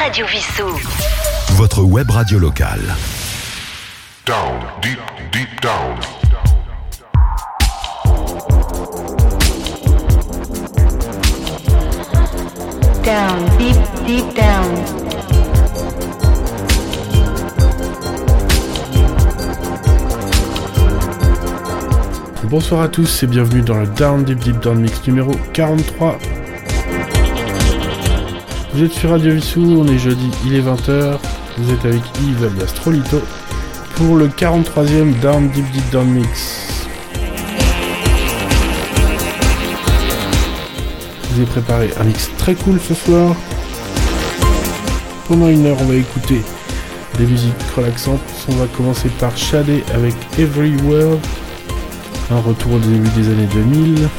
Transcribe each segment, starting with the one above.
Radio Vissou. Votre web radio locale. Down, deep, deep down. Down, deep, deep down. Bonsoir à tous et bienvenue dans le Down Deep Deep Down Mix numéro 43. Vous êtes sur Radio Vissou, on est jeudi, il est 20h. Vous êtes avec Yves alias Trolito pour le 43e Down Deep Deep Down Mix. Je vous ai préparé un mix très cool ce soir. Pendant une heure, on va écouter des musiques relaxantes. On va commencer par Shadé avec Every Word. Un retour au début des années 2000.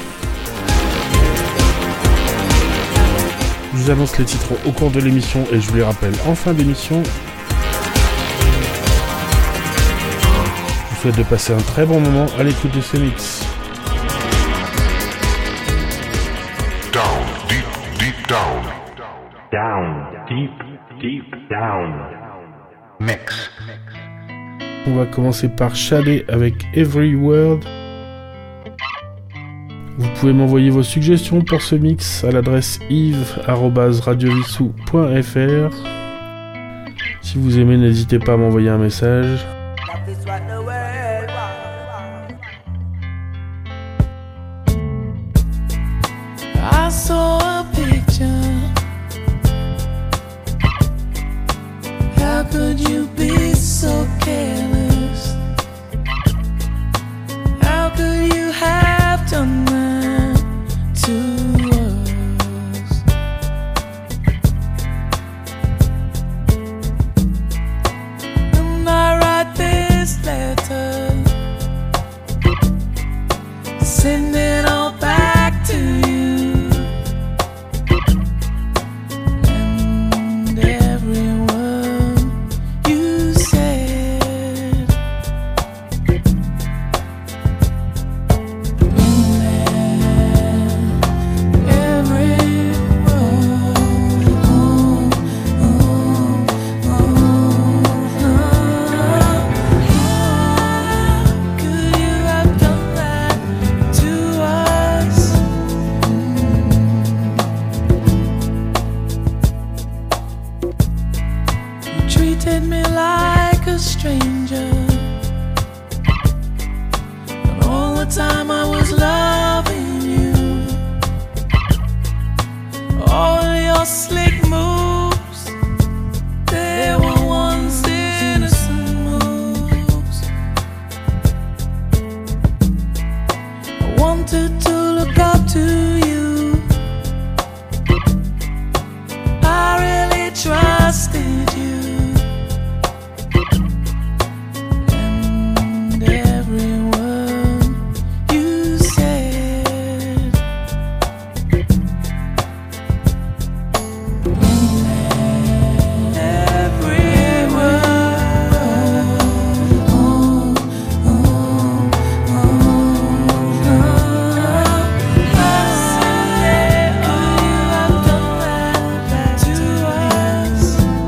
Je vous annonce les titres au cours de l'émission et je vous les rappelle en fin d'émission. Je vous souhaite de passer un très bon moment à l'écoute de ce mix. Down, deep, deep down. Down, deep, deep down. Mix. On va commencer par Shadé avec Every Word. Vous pouvez m'envoyer vos suggestions pour ce mix à l'adresse yves@radiovissou.fr. Si vous aimez, n'hésitez pas à m'envoyer un message. I saw a picture. How could you be so careless? How could you have done that to us? And I write this letter, send it all back to you, and every word you said. Treated me like a stranger, and all the time I was loving you. All your slick moves, they were once innocent moves. I wanted to look up to you. I really trusted you. And every word you said. Every word. I said, oh, you have done that to us.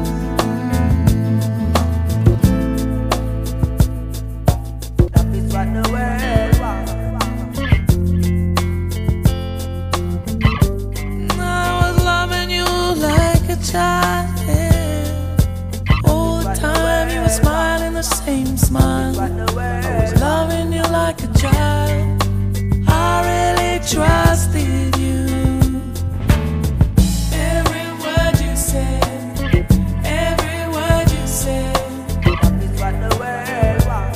That is what the world wants. I was loving you like a child. All the time you were smiling the same smile. I was loving you like a child. I really trusted you. Every word you said, every word you said. That is what the world wants.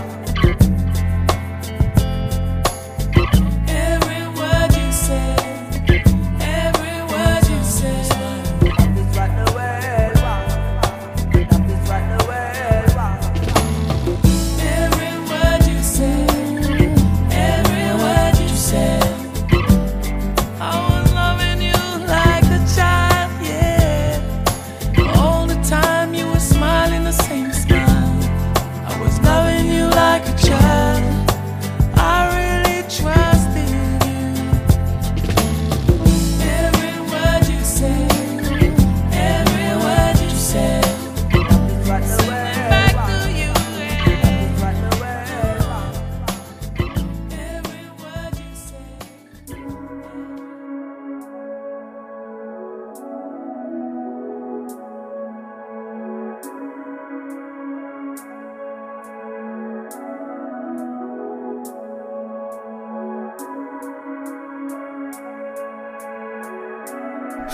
Every word you said, every word you said. That is what the world wants. That is what the world wants. Every word you said, every word you said.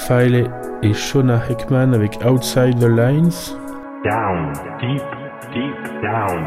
Filey et Shona Heckman avec Outside the Lines. Down, deep, deep down.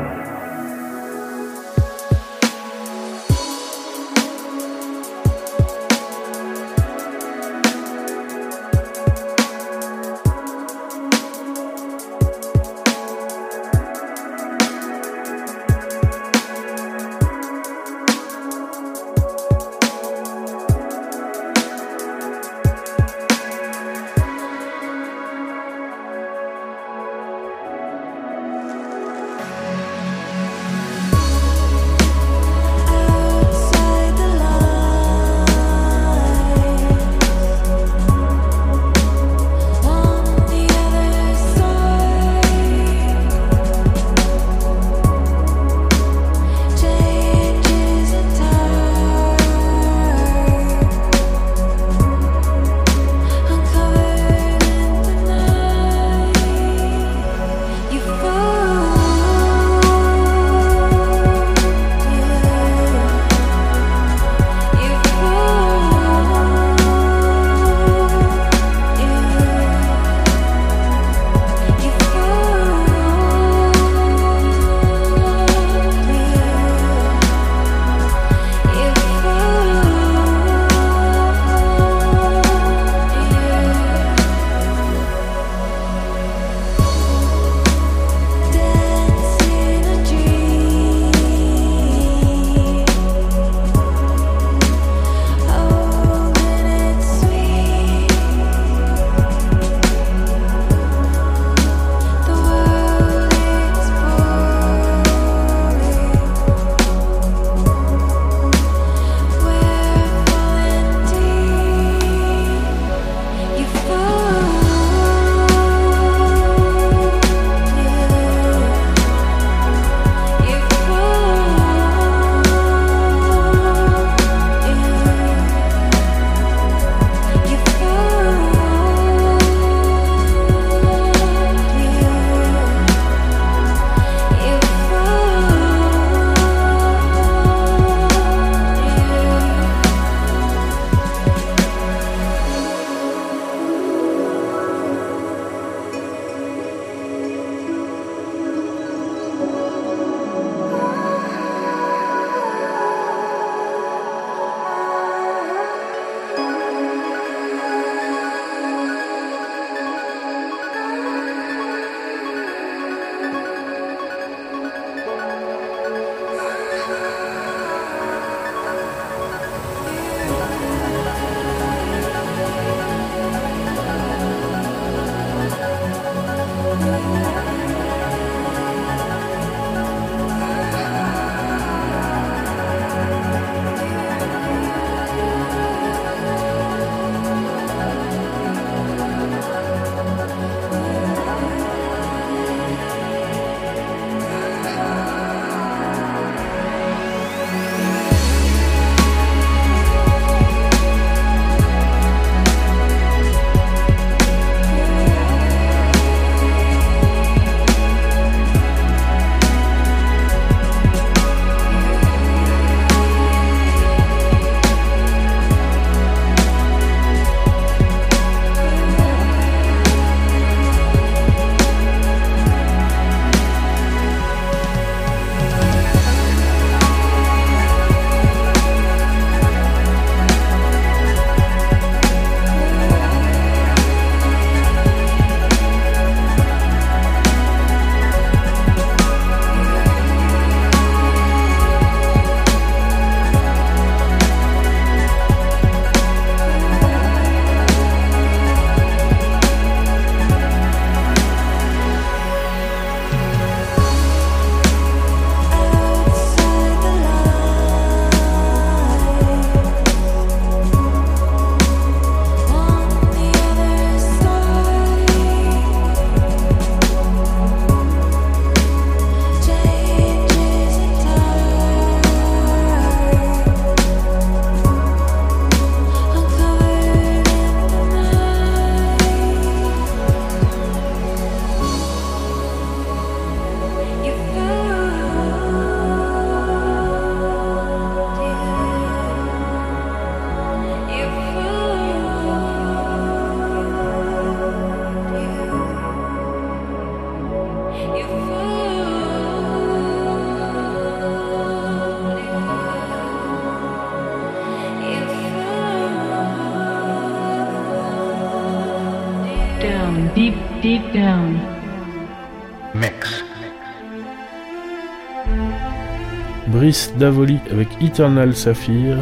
down, deep, deep down. Mix. Brice Davoli avec Eternal Saphir.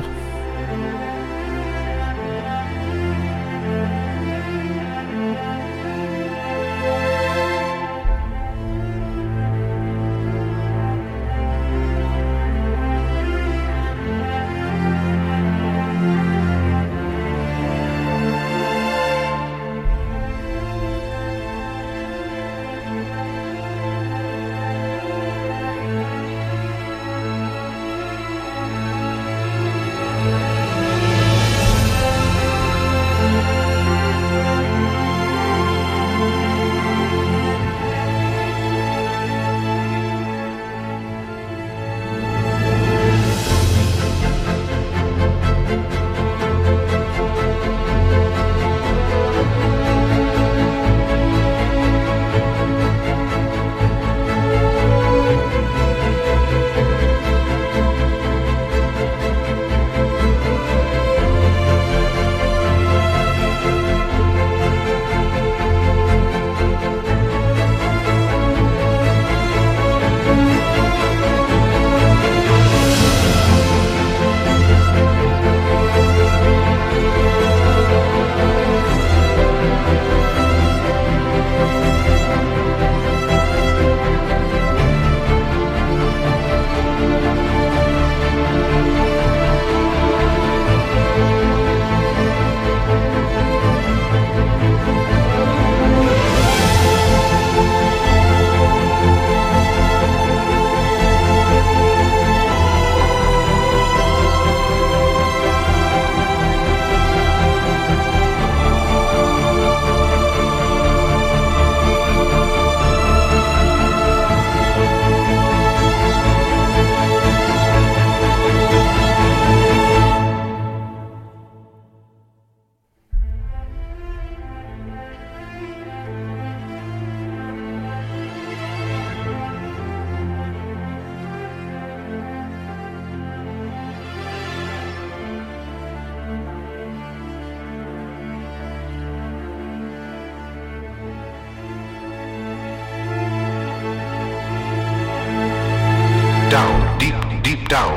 Down, deep, deep down.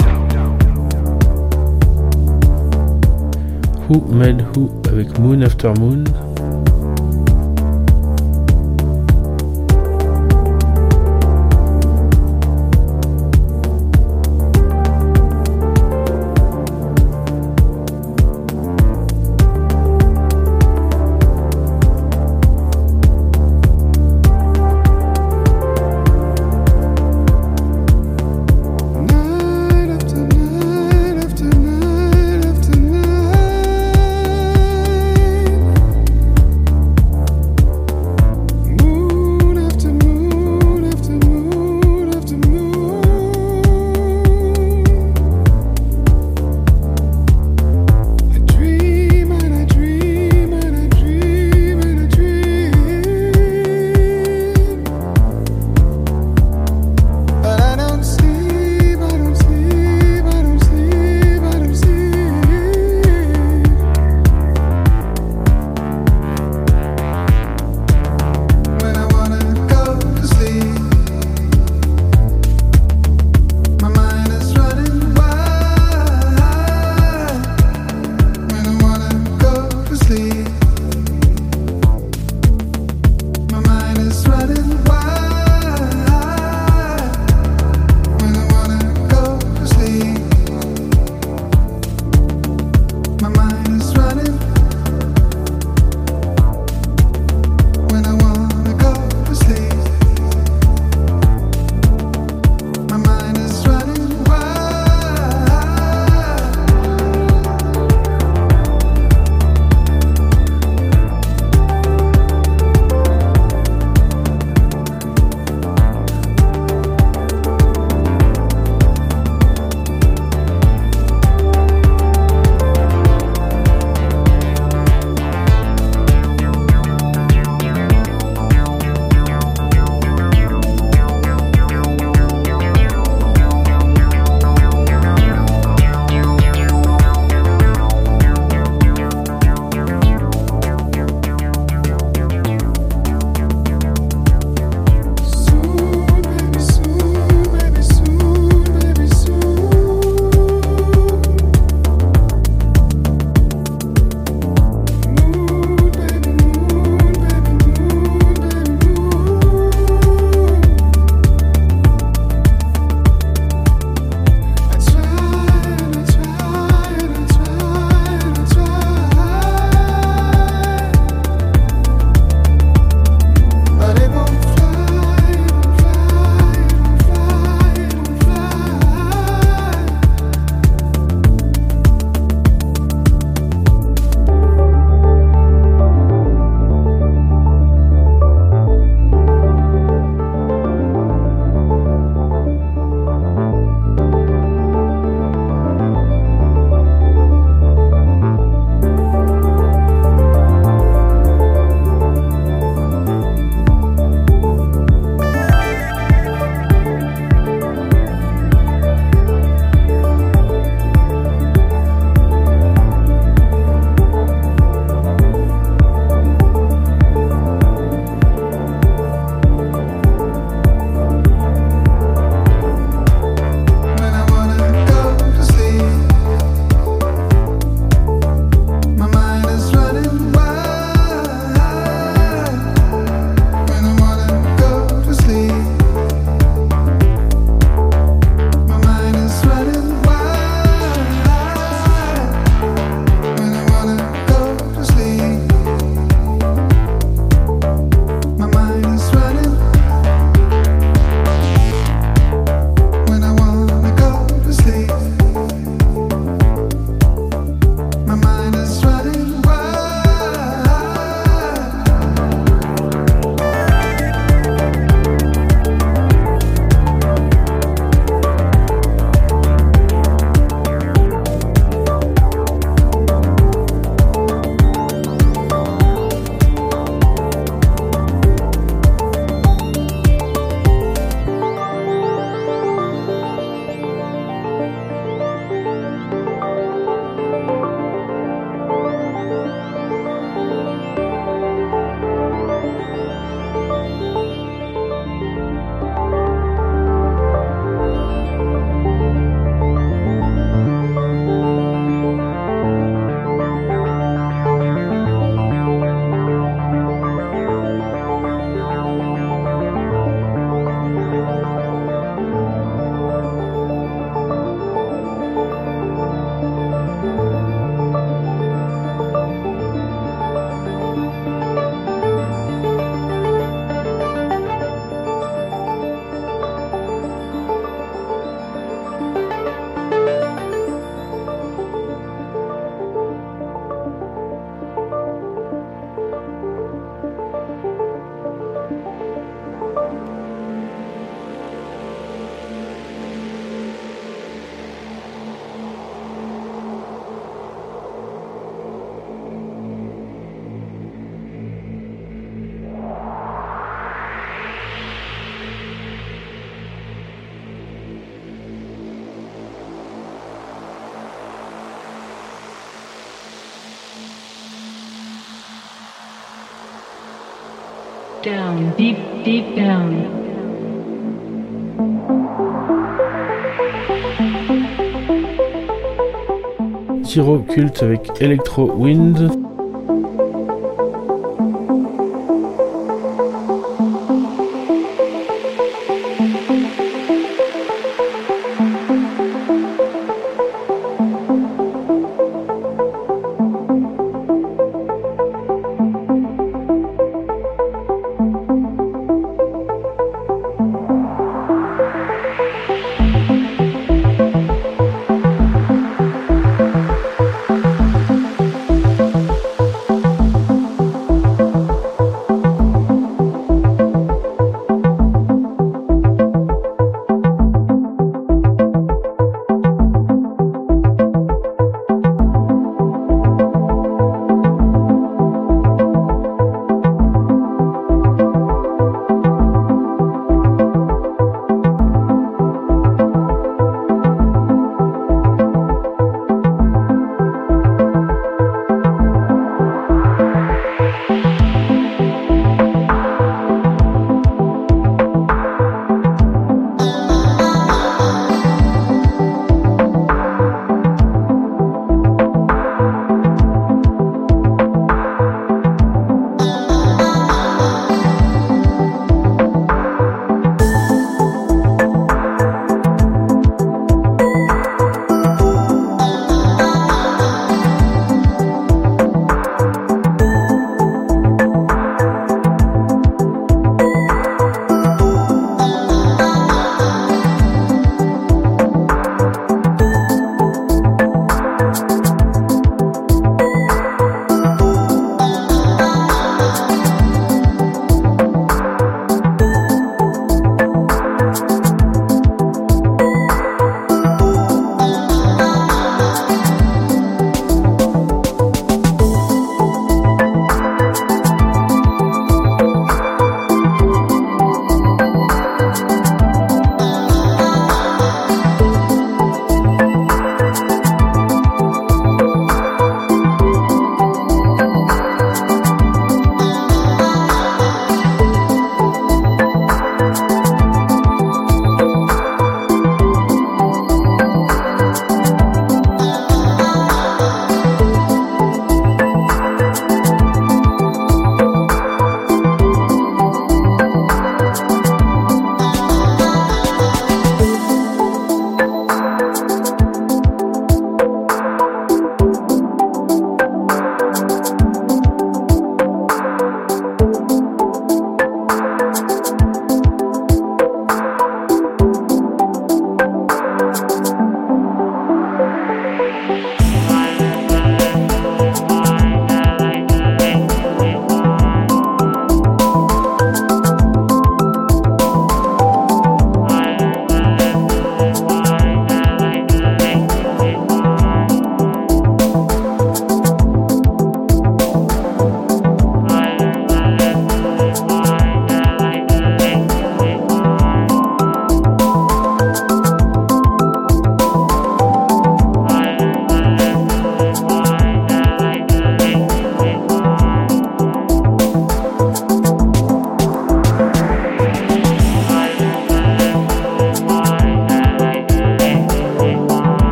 Who Made Who avec Moon After Moon. Night after night after night. down, deep, deep down. Tyro Cult avec Electro Wind.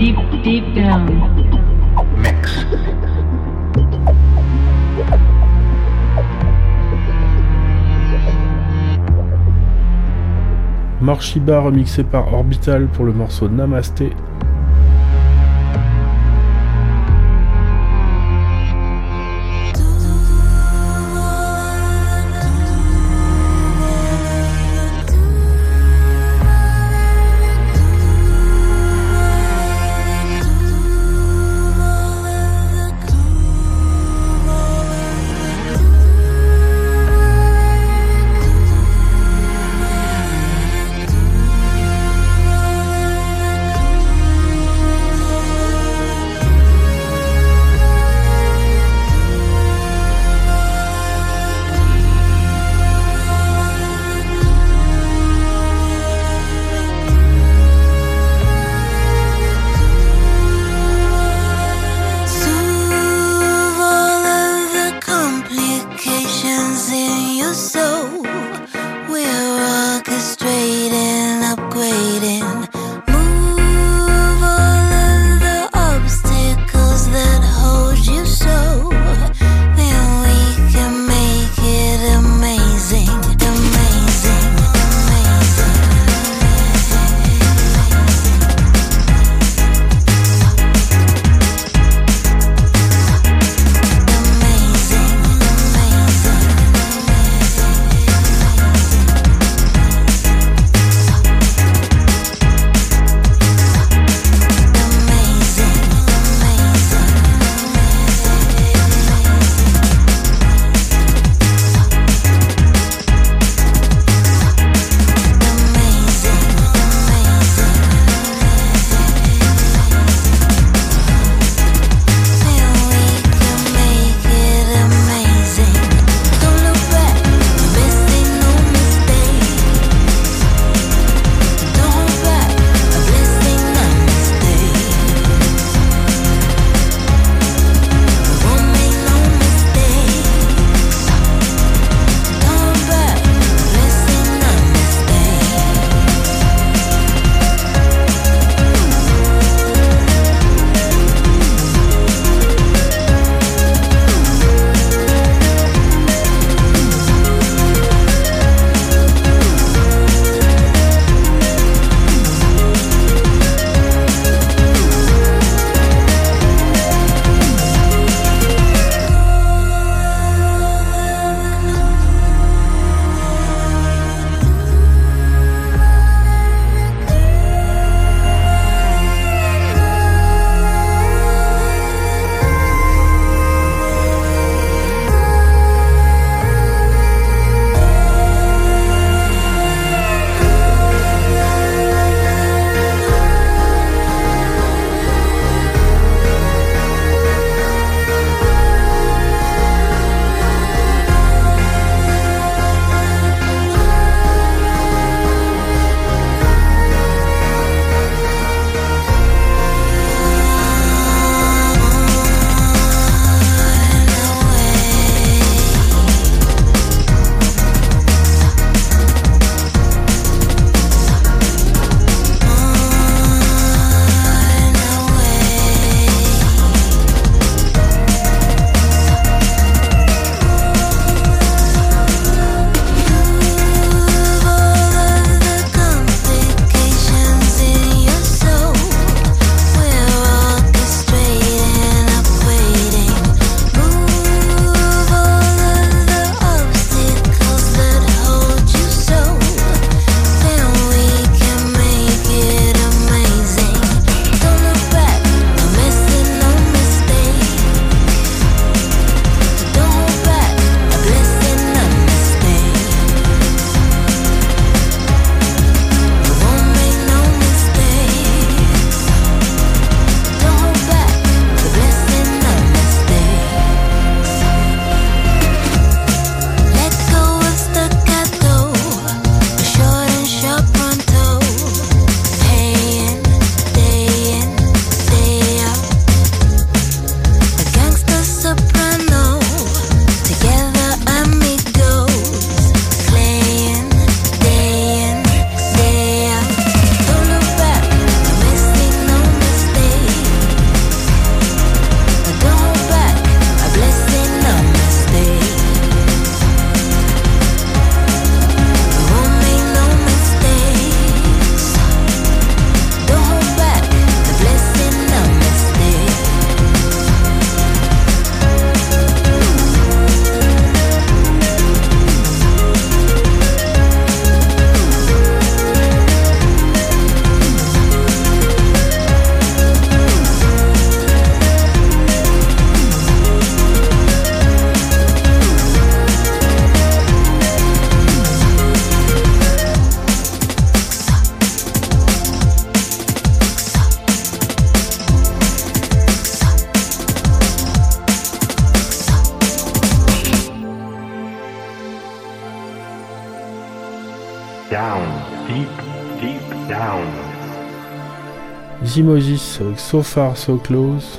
deep, deep down. Mix. Morshiba remixé par Orbital pour le morceau Namasté. down. Zimosis avec So Far So Close.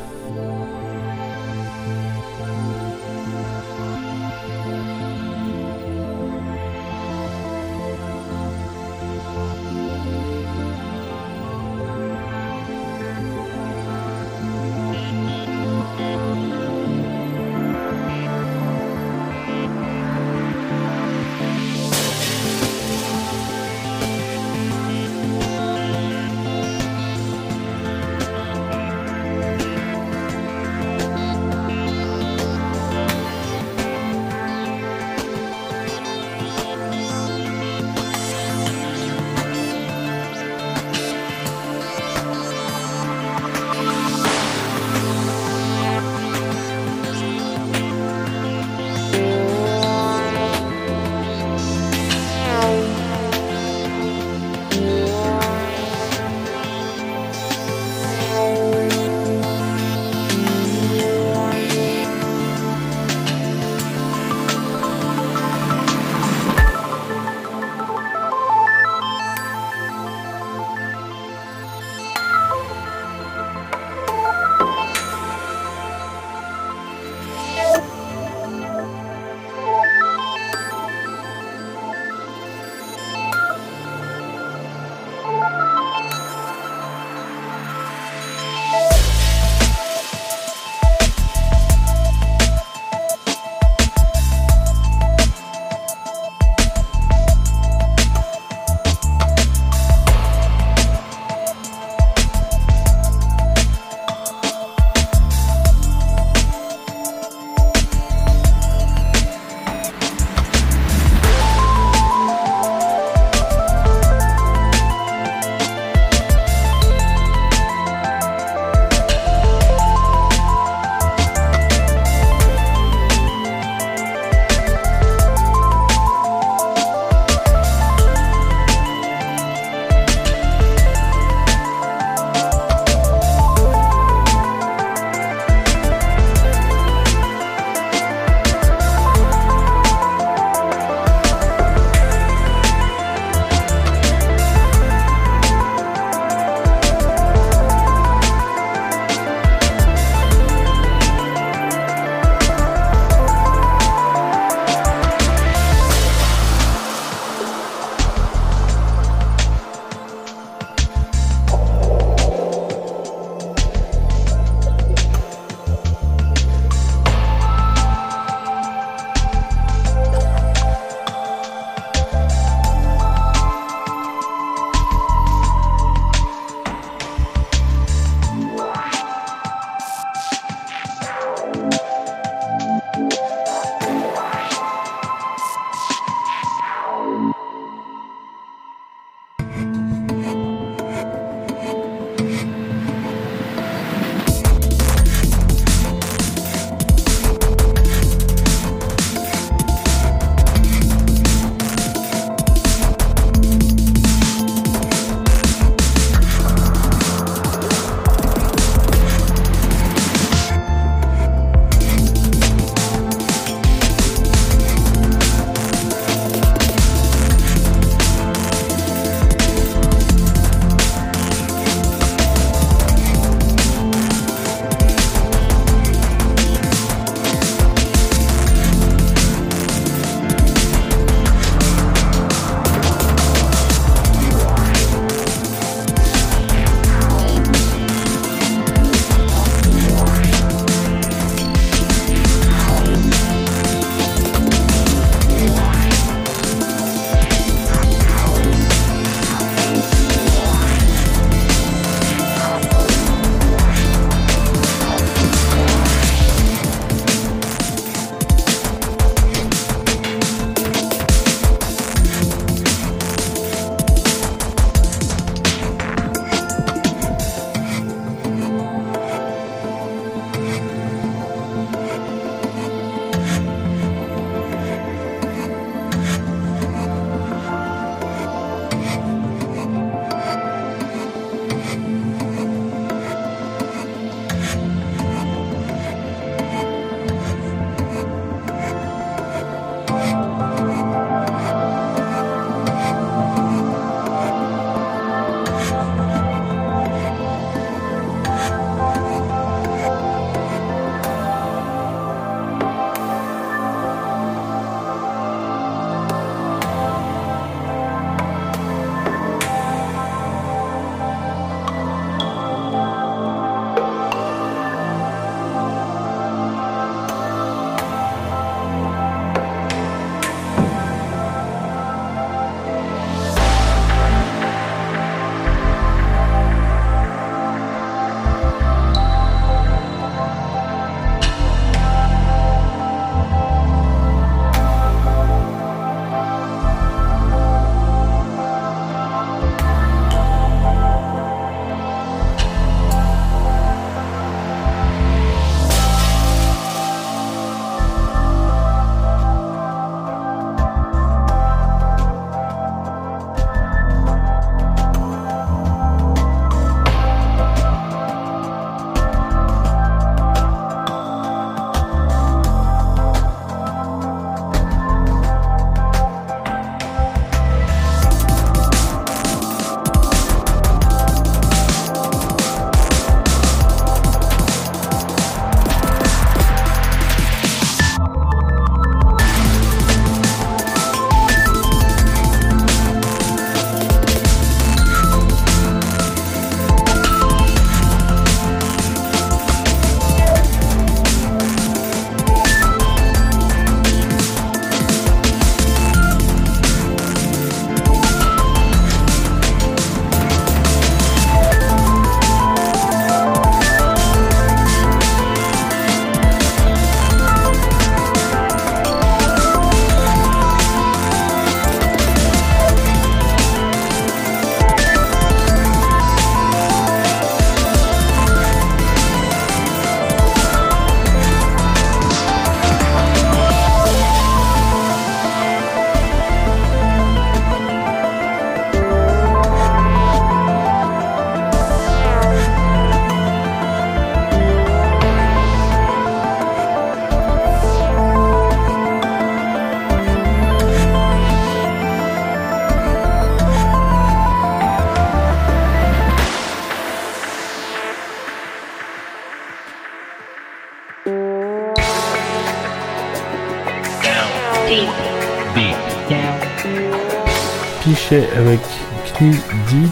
Cliché avec Knee Deep.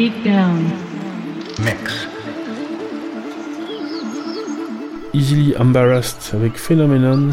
deep down. Mix. Easily Embarrassed avec Phenomenon.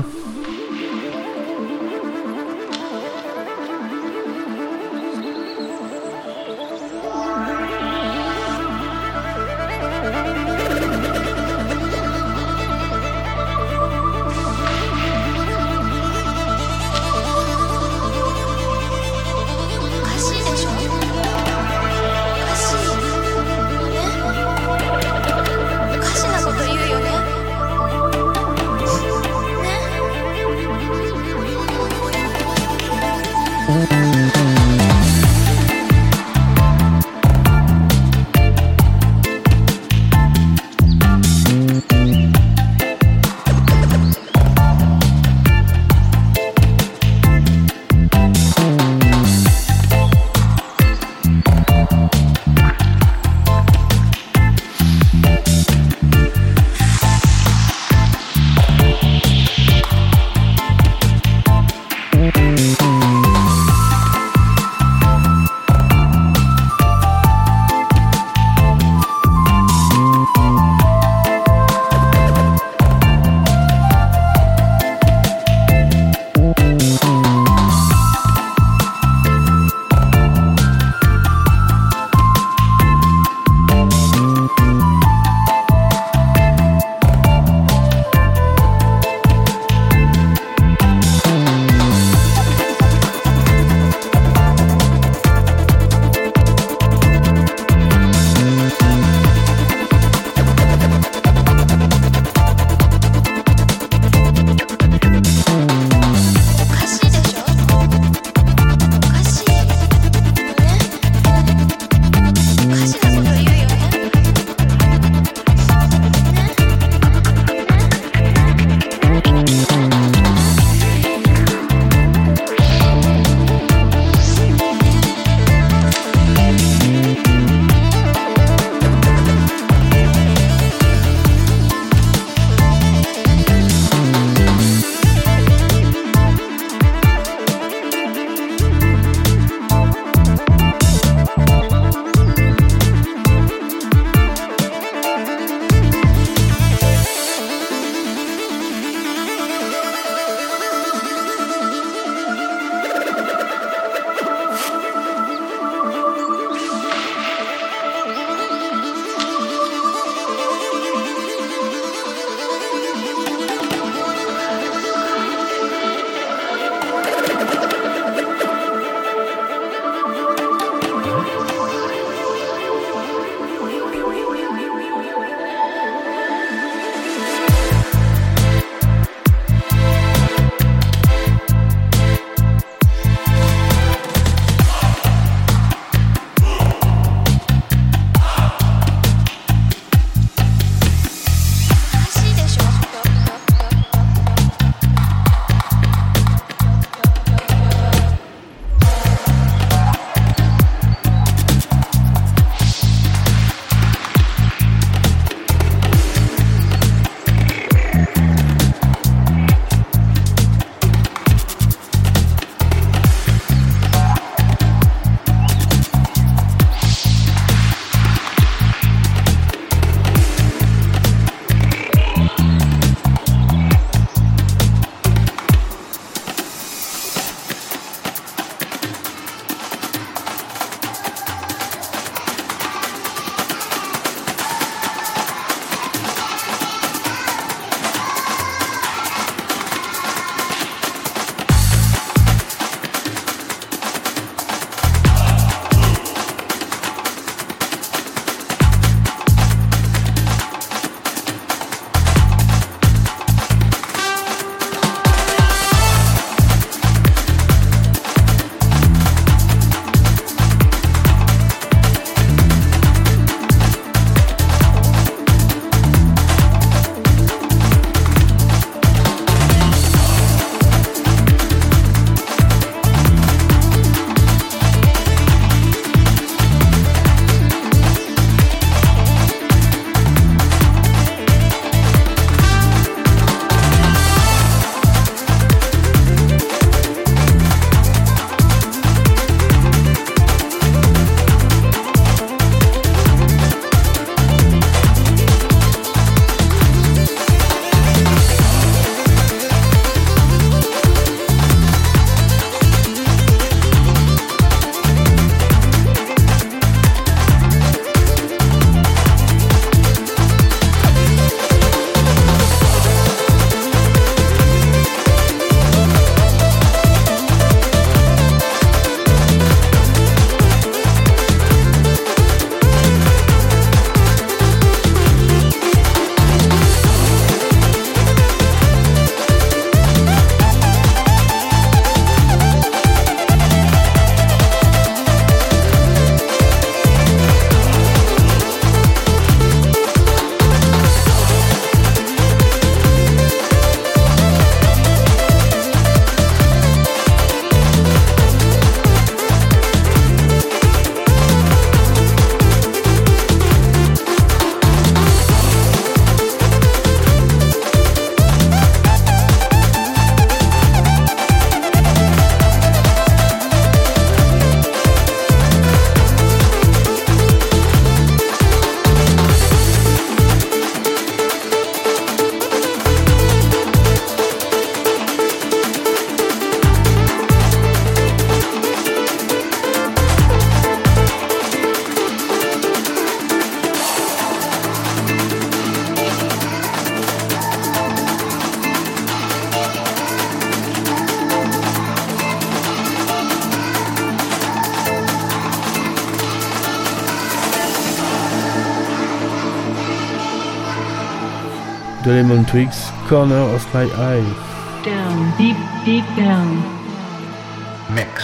de Lemon Twigs, Corner of My Eye. Down, deep, deep down. Mix.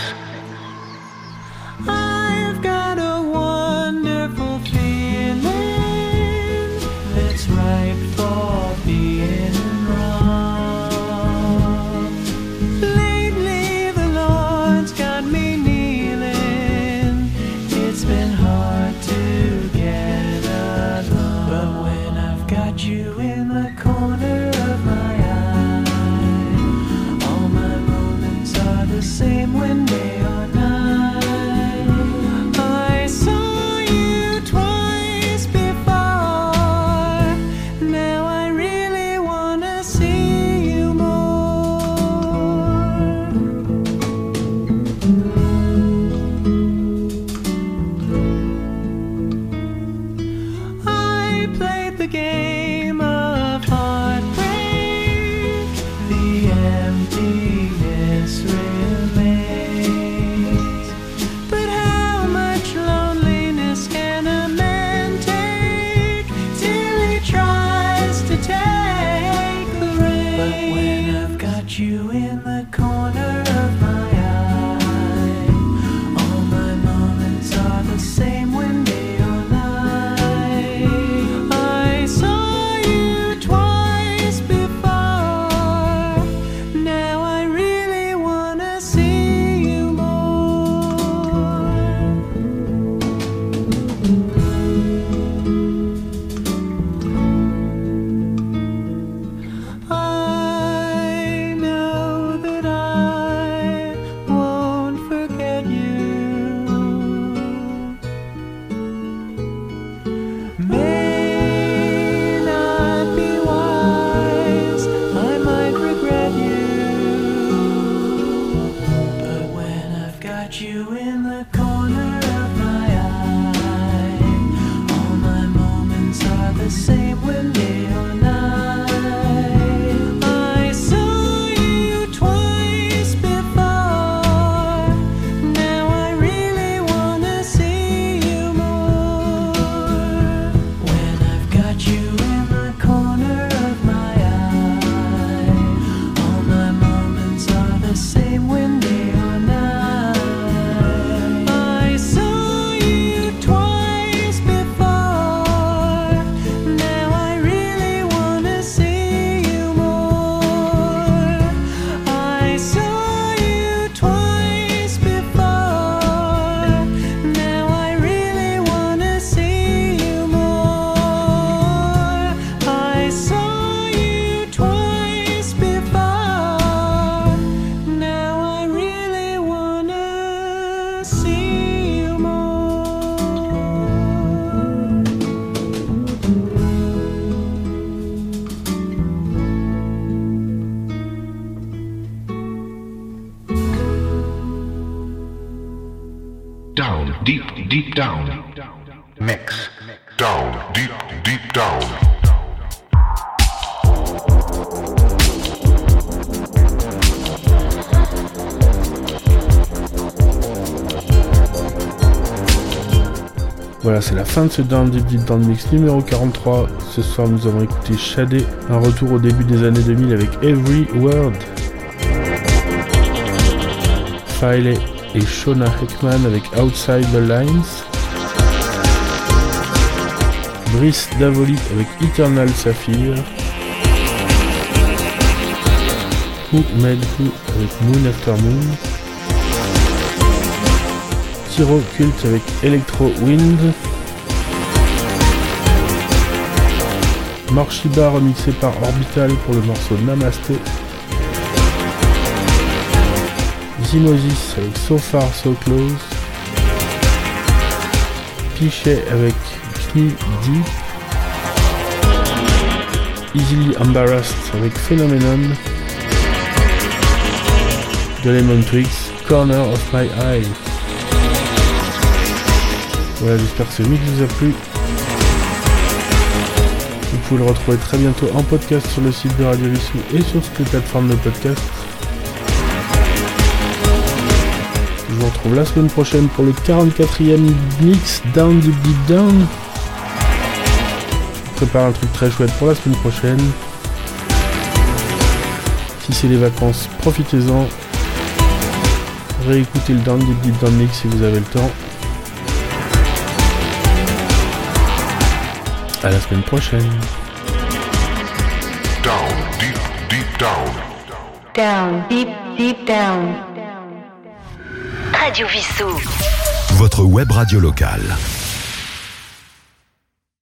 I've got a wonderful feeling that's ripe for being wrong. Lately the Lord's got me kneeling. It's been hard to get along, but when I've got you in the corner of my eye, all my moments are the same when day or night. I saw you twice before. Now I really wanna see you more. I played the game of heartbreak. The emptiness remains. But how much loneliness can a man take till he tries to take the reins? But when I've got you in the corner of my eye, all my moments are the same when day or night. I saw you twice before. Now I really wanna see you more. I know that I won't forget you. May not be wise, I might regret you. But when I've got you in the corner of my eye, all my moments are the same when day or night. I saw you twice before. Now I really wanna see you more. When I've got you in the corner of my eye, all my moments are the same when day or night. I saw you twice before. Now I really wanna see you more. I saw you twice before. Now I really wanna see you more. I saw you twice before. Now I really wanna see you more. Down, deep, deep down. Mix. Down, deep, deep down. Voilà, c'est la fin de ce Down Deep Deep Down Mix numéro 43. Ce soir, nous avons écouté Shadé, un retour au début des années 2000 avec Every Word. Filey et Shona Heckman avec Outside the Lines. Brice Davoli avec Eternal Sapphire. Who Made Who avec Moon After Moon. Tyro Cult avec Electro Wind. Morshiba remixé par Orbital pour le morceau Namasté. Zimosis avec So Far So Close. Pichet avec Knee Deep. Easily Embarrassed avec Phenomenon. De Lemon Twigs, Corner of My Eye. Voilà, j'espère que ce mix vous a plu. Vous pouvez le retrouver très bientôt en podcast sur le site de Radio Vissou et sur toutes les plateformes de podcast. Je vous retrouve la semaine prochaine pour le 44e mix Down Deep Deep Down. Je prépare un truc très chouette pour la semaine prochaine. Si c'est les vacances, profitez-en. Réécoutez le Down Deep Down Mix si vous avez le temps. À la semaine prochaine. Down, deep, deep down. Down, deep, deep down. Radio Vissou. Votre web radio locale.